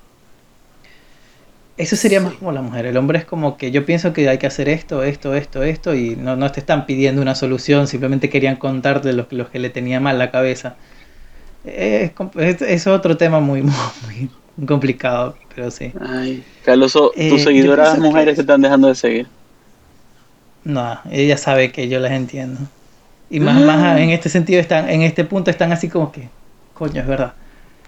Eso sería más sí. como la mujer. El hombre es como que yo pienso que hay que hacer esto, esto, esto, esto, y no, no te están pidiendo una solución, simplemente querían contarte lo, que- lo que le tenía mal la cabeza. Es, com- es, es otro tema muy, muy, muy complicado, pero sí. Ay, Carlos, tus Eh, yo seguidoras pienso mujeres que te están dejando de seguir. no, ella sabe que yo las entiendo. Y más, más en este sentido están, en este punto están así como que, coño, es verdad.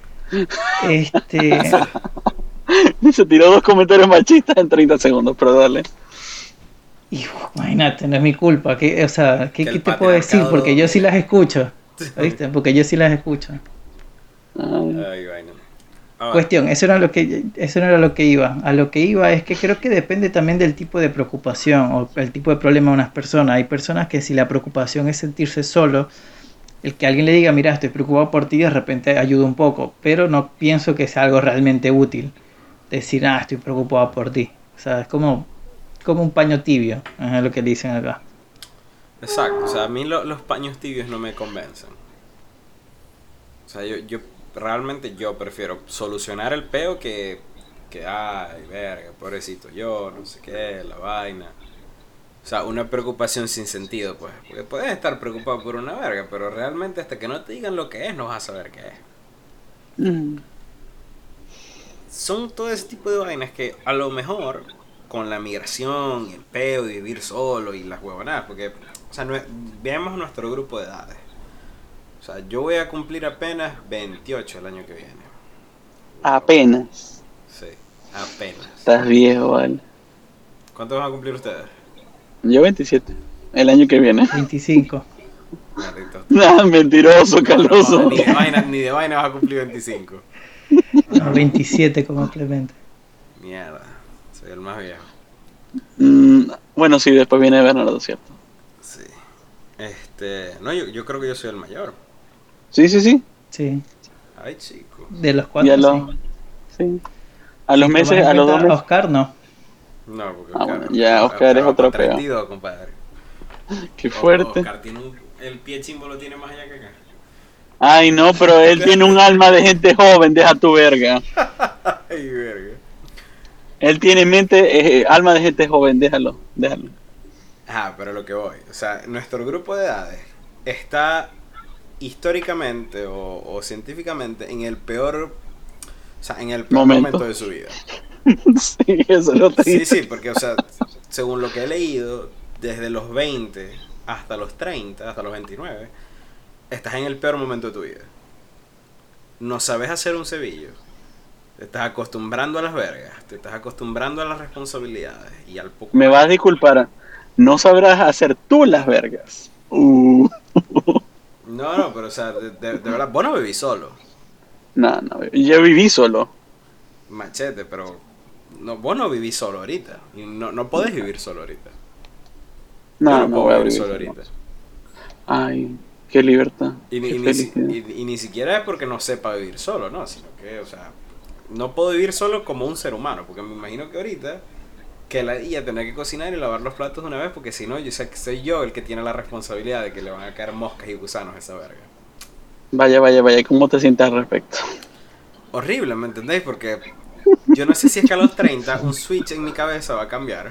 Este, Se tiró dos comentarios machistas en treinta segundos, pero dale. y uf, imagínate, no es mi culpa. ¿Qué, o sea, ¿qué, Que qué el te puedo decir? patriarcado Porque yo sí domine. las escucho. ¿Viste? Porque yo sí las escucho. Ay, Ay, vaina. Ahora, Cuestión, eso era lo que eso no era lo que iba. A lo que iba es que creo que depende también del tipo de preocupación o el tipo de problema de unas personas. Hay personas que si la preocupación es sentirse solo, el que alguien le diga, mira, estoy preocupado por ti, de repente ayuda un poco, pero no pienso que sea algo realmente útil. Decir, ah, estoy preocupado por ti. O sea, es como, como un paño tibio, es lo que dicen acá. exacto. O sea, a mí lo- los paños tibios no me convencen. O sea, yo, yo realmente yo prefiero solucionar el peo que, que, ay, verga, pobrecito yo, no sé qué, la vaina. O sea, una preocupación sin sentido, pues. Porque puedes estar preocupado por una verga, pero realmente hasta que no te digan lo que es, no vas a saber qué es. mm, Son todo ese tipo de vainas que a lo mejor con la migración y el peo de vivir solo y las huevonadas, porque, o sea, no es- veamos nuestro grupo de edades. O sea, yo voy a cumplir apenas veintiocho el año que viene. apenas. Sí, apenas. Estás viejo, vale. ¿Cuántos van a cumplir ustedes? Yo veintisiete. El año que viene. veinticinco. Malditos. Nah, mentiroso, No, no, Carlos. joder, ni de vaina, ni de vaina vas a cumplir veinticinco. No, veintisiete como Clemente. Mierda, soy el más viejo. Mm, bueno, sí, después viene Bernardo, ¿cierto? Sí. Este, no, yo, yo creo que yo soy el mayor. Sí, sí, sí. Sí. Ay, chico. De los Y a cuatro, sí. los, sí. A los Si tomas meses, en a los dos cuenta a meses. Oscar, no. No, porque Ah, Oscar, bueno, ya Oscar es va otro para peo. treinta y dos, compadre. Qué O- fuerte. Oscar tiene un, el pie chimbo lo tiene más allá que acá. Ay, no, pero él tiene un alma de gente joven, deja tu verga. Ay, verga. Él tiene mente, eh, alma de gente joven, déjalo, déjalo. Ajá, pero lo que voy. O sea, nuestro grupo de edades está históricamente o, o científicamente en el peor. O sea, en el peor momento, Momento. de su vida. Sí, eso es lo Sí, triste. sí, porque, o sea, según lo que he leído, desde los veinte hasta los treinta, hasta los veintinueve, estás en el peor momento de tu vida. No sabes hacer un cebillo. Te estás acostumbrando a las vergas. Te estás acostumbrando a las responsabilidades. Y al poco. Me vas a disculpar, no sabrás hacer tú las vergas. Uh. No, no, pero, o sea, de, de- de verdad, vos no vivís solo. No, no, yo viví solo. Machete, pero. No, vos no vivís solo ahorita. Y no, no podés vivir solo ahorita. Yo No, no, no puedo voy a vivir vivir solo solo. ahorita. Ay, qué libertad, Y ni, qué y ni si- felicidad. y- y ni siquiera es porque no sepa vivir solo, ¿no? Sino que, o sea, no puedo vivir solo como un ser humano, porque me imagino que ahorita que la día tener que cocinar y lavar los platos de una vez, porque si no, yo sé que soy yo el que tiene la responsabilidad de que le van a caer moscas y gusanos a esa verga. Vaya, vaya, vaya, ¿cómo te sientes al respecto? Horrible, ¿me entendéis? Porque yo no sé si es que a los treinta un switch en mi cabeza va a cambiar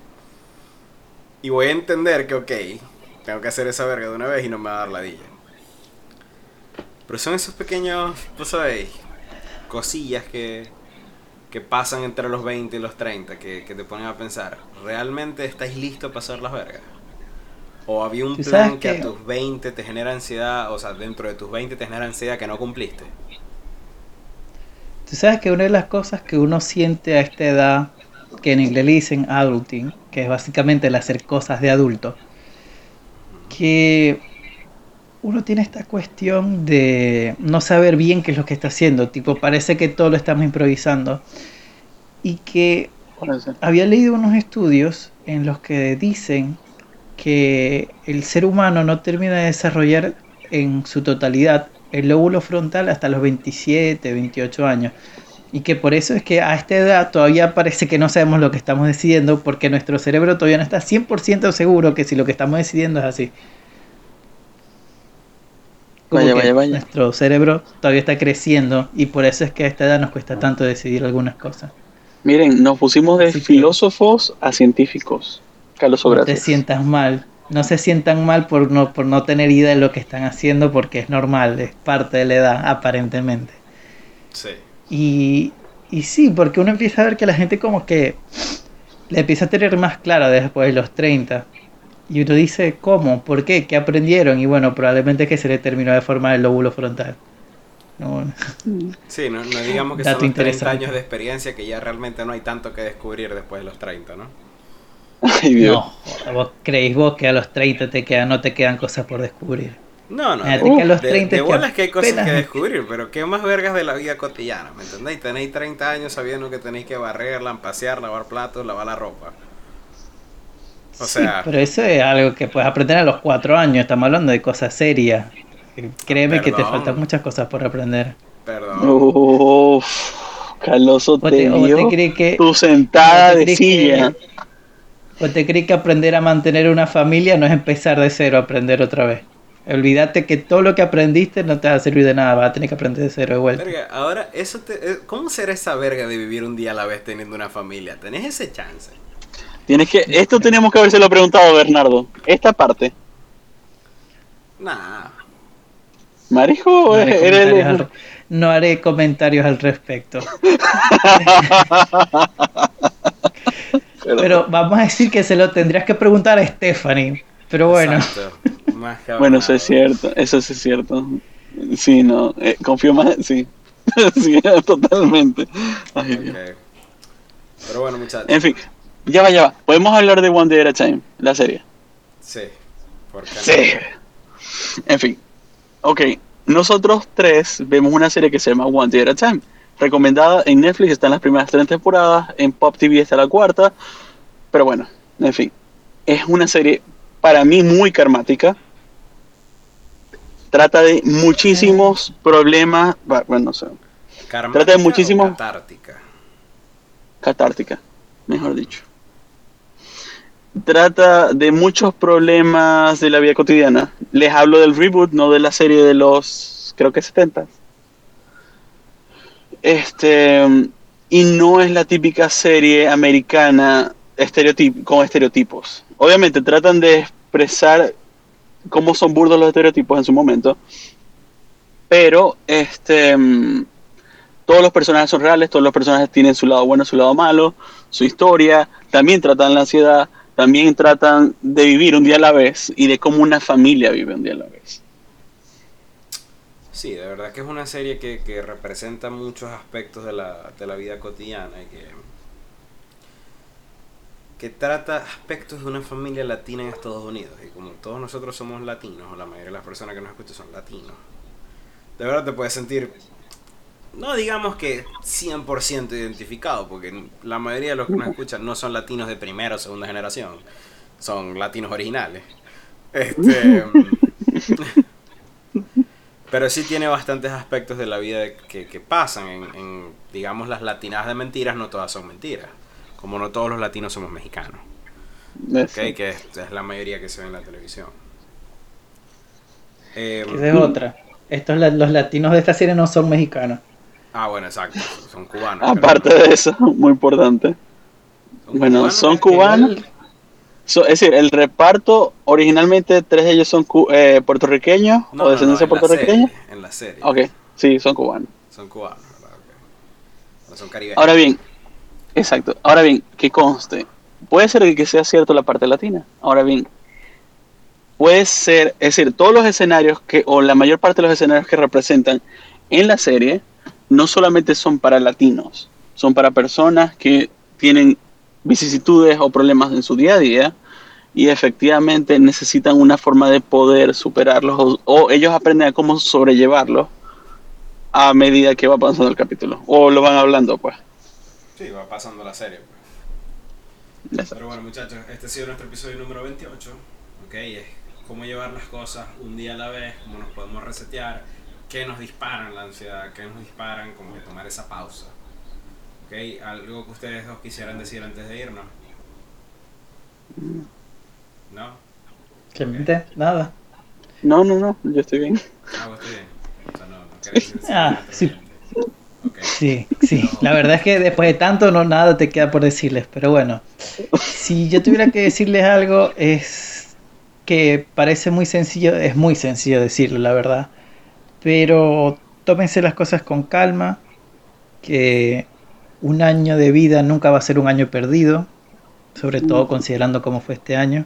y voy a entender que, ok, tengo que hacer esa verga de una vez y no me va a dar ladilla. Pero son esos pequeños, vos sabéis, cosillas que, que pasan entre los veinte y los treinta que, que te ponen a pensar, ¿realmente estáis listos para hacer las vergas? ¿O había un Tú sabes plan que a que, tus veinte te genera ansiedad, o sea, dentro de tus veinte te genera ansiedad que no cumpliste? tú sabes que una de las cosas que uno siente a esta edad, que en inglés le dicen adulting, que es básicamente el hacer cosas de adulto, que uno tiene esta cuestión de no saber bien qué es lo que está haciendo, tipo, parece que todo lo estamos improvisando. Y que Puede ser. había leído unos estudios en los que dicen que el ser humano no termina de desarrollar en su totalidad el lóbulo frontal hasta los veintisiete, veintiocho años. Y que por eso es que a esta edad todavía parece que no sabemos lo que estamos decidiendo, porque nuestro cerebro todavía no está cien por ciento seguro que si lo que estamos decidiendo es así. Como Vaya, vaya, que vaya. nuestro cerebro todavía está creciendo y por eso es que a esta edad nos cuesta tanto decidir algunas cosas. Miren, nos pusimos de Así que filósofos a científicos. Carlos, no te gracias. sientas mal. No se sientan mal por no, por no tener idea de lo que están haciendo porque es normal, es parte de la edad, aparentemente. Sí. Y, y sí, porque uno empieza a ver que la gente como que le empieza a tener más clara después de los treinta. Y uno dice, ¿cómo? ¿Por qué? ¿Qué aprendieron? Y bueno, probablemente que se le terminó de formar el lóbulo frontal. No, Sí, no, no digamos que son dato los treinta años interesante. de experiencia, que ya realmente no hay tanto que descubrir después de los treinta, ¿no? Ay, Dios. No, joda, vos creéis vos que a los treinta te quedan, no te quedan cosas por descubrir. No, no, de, Fíjate que a Uf, los de, treinta de es que bolas que hay cosas que apenas... descubrir, pero qué más vergas de la vida cotidiana, ¿me entendéis? Tenéis treinta años sabiendo que tenéis que barrerla, pasear, lavar platos, lavar la ropa. O Sí, sea, pero eso es algo que puedes aprender a los cuatro años. Estamos hablando de cosas serias. Eh, ah, Créeme que te faltan perdón, muchas cosas por aprender. perdón. uf, Carloso ¿O te te, o te dio crees que, tu o sentada te de crees silla. que, o te crees que aprender a mantener una familia no es empezar de cero, aprender otra vez? Olvídate que todo lo que aprendiste no te va a servir de nada, vas a tener que aprender de cero de vuelta. Verga, ahora, eso te, eh, ¿cómo será esa verga de vivir un día a la vez teniendo una familia? ¿Tenés ese chance? Tienes que, No esto creo. tenemos que habérselo preguntado a Bernardo. Esta parte. Nah. Marijo, No haré eres comentarios al, el... re- no haré comentarios al respecto. Perdón. Pero vamos a decir que se lo tendrías que preguntar a Stephanie. Pero bueno. Exacto. Más Bueno, eso es cabronado. cierto, eso sí es cierto. Sí, no, eh, confío más, sí. Sí, totalmente. Ay, Dios. Ok. Pero bueno, muchachos. En fin, ya va, ya va. Podemos hablar de One Day at a Time, la serie. Sí. ¿Por qué Sí. no? En fin, ok. Nosotros tres vemos una serie que se llama One Day at a Time. Recomendada en Netflix, están las primeras tres temporadas. En Pop T V está la cuarta. Pero bueno, en fin. Es una serie para mí muy karmática. Trata de muchísimos problemas. Bueno, no sé. Trata de ¿Karmática o muchísimos. catártica? Catártica, mejor dicho. Trata de muchos problemas de la vida cotidiana. Les hablo del reboot, no de la serie de los, creo que setenta. Este, y no es la típica serie americana estereotip con estereotipos. Obviamente tratan de expresar cómo son burdos los estereotipos en su momento, pero este, todos los personajes son reales, todos los personajes tienen su lado bueno, su lado malo, su historia, también tratan la ansiedad, también tratan de vivir un día a la vez y de cómo una familia vive un día a la vez. Sí, de verdad que es una serie que, que representa muchos aspectos de la, de la vida cotidiana y que, que trata aspectos de una familia latina en Estados Unidos. Y como todos nosotros somos latinos, o la mayoría de las personas que nos escuchan son latinos, de verdad te puedes sentir, no digamos que cien por ciento identificado, porque la mayoría de los que nos escuchan no son latinos de primera o segunda generación, son latinos originales. Este, pero sí tiene bastantes aspectos de la vida que, que pasan en, en, digamos, las latinadas de mentiras, no todas son mentiras, como no todos los latinos somos mexicanos, ¿okay? Que es, es la mayoría que se ve en la televisión. Eh, Que esa es otra. Estos, la- los latinos de esta serie no son mexicanos. ah, bueno, exacto, son cubanos. Aparte Creo, ¿no? de eso, muy importante. ¿Son Bueno, cubanos? son Que cubanos. igual, So, es decir, el reparto, originalmente tres de ellos son cu- eh, puertorriqueños No, o no, no, descendencia en la puertorriqueña. serie, en la serie. Ok, sí, son cubanos. Son cubanos, ¿verdad? Okay. No son caribeños. Ahora bien, exacto. Ahora bien, que conste, puede ser que sea cierto la parte latina. Ahora bien, puede ser, es decir, todos los escenarios que, o la mayor parte de los escenarios que representan en la serie, no solamente son para latinos, son para personas que tienen vicisitudes o problemas en su día a día y efectivamente necesitan una forma de poder superarlos o, o ellos aprenden a cómo sobrellevarlos a medida que va pasando el capítulo o lo van hablando pues. Sí, va pasando la serie. Pues. Pero bueno muchachos, este ha sido nuestro episodio número veintiocho. Ok, es cómo llevar las cosas un día a la vez, cómo nos podemos resetear, qué nos disparan la ansiedad, qué nos disparan como que tomar esa pausa. Ok, algo que ustedes dos quisieran decir antes de irnos. ¿No? Simplemente okay. Nada. No, no, no, yo estoy bien. Ah, vos estoy bien. O sea, no, no querés decir ah, sí. Okay. Sí, sí. Pero... la verdad es que después de tanto no nada te queda por decirles, pero bueno. Si yo tuviera que decirles algo es que parece muy sencillo, es muy sencillo decirlo, la verdad. Pero tómense las cosas con calma, que un año de vida nunca va a ser un año perdido, sobre todo considerando cómo fue este año.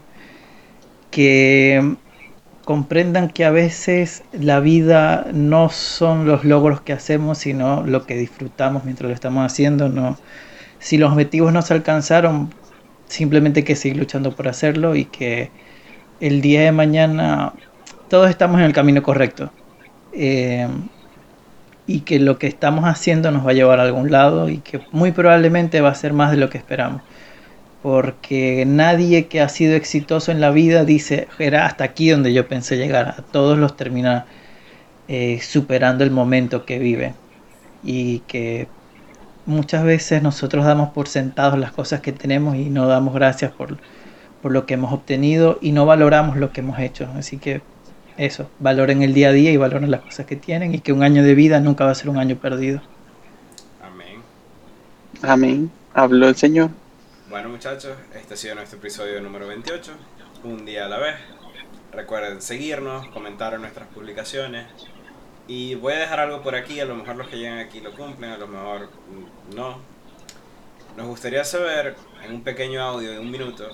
Que comprendan que a veces la vida no son los logros que hacemos, sino lo que disfrutamos mientras lo estamos haciendo. No, si los objetivos no se alcanzaron, simplemente hay que seguir luchando por hacerlo y que el día de mañana todos estamos en el camino correcto. Eh, y que lo que estamos haciendo nos va a llevar a algún lado y que muy probablemente va a ser más de lo que esperamos. Porque nadie que ha sido exitoso en la vida dice, era hasta aquí donde yo pensé llegar. A todos los termina eh, superando el momento que viven. Y que muchas veces nosotros damos por sentados las cosas que tenemos y no damos gracias por, por lo que hemos obtenido y no valoramos lo que hemos hecho. Así que eso, valoren el día a día y valoren las cosas que tienen y que un año de vida nunca va a ser un año perdido. Amén. Amén. Habló el Señor. Bueno muchachos, este ha sido nuestro episodio número veintiocho, un día a la vez. Recuerden seguirnos, comentar en nuestras publicaciones. Y voy a dejar algo por aquí, a lo mejor los que llegan aquí lo cumplen, a lo mejor no. Nos gustaría saber, en un pequeño audio de un minuto,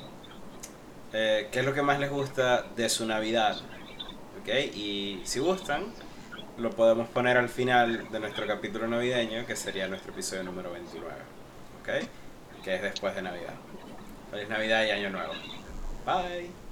eh, qué es lo que más les gusta de su Navidad. ¿Ok? Y si gustan, lo podemos poner al final de nuestro capítulo navideño, que sería nuestro episodio número veintinueve. ¿Ok? Que es después de Navidad. Feliz Navidad y Año Nuevo. Bye.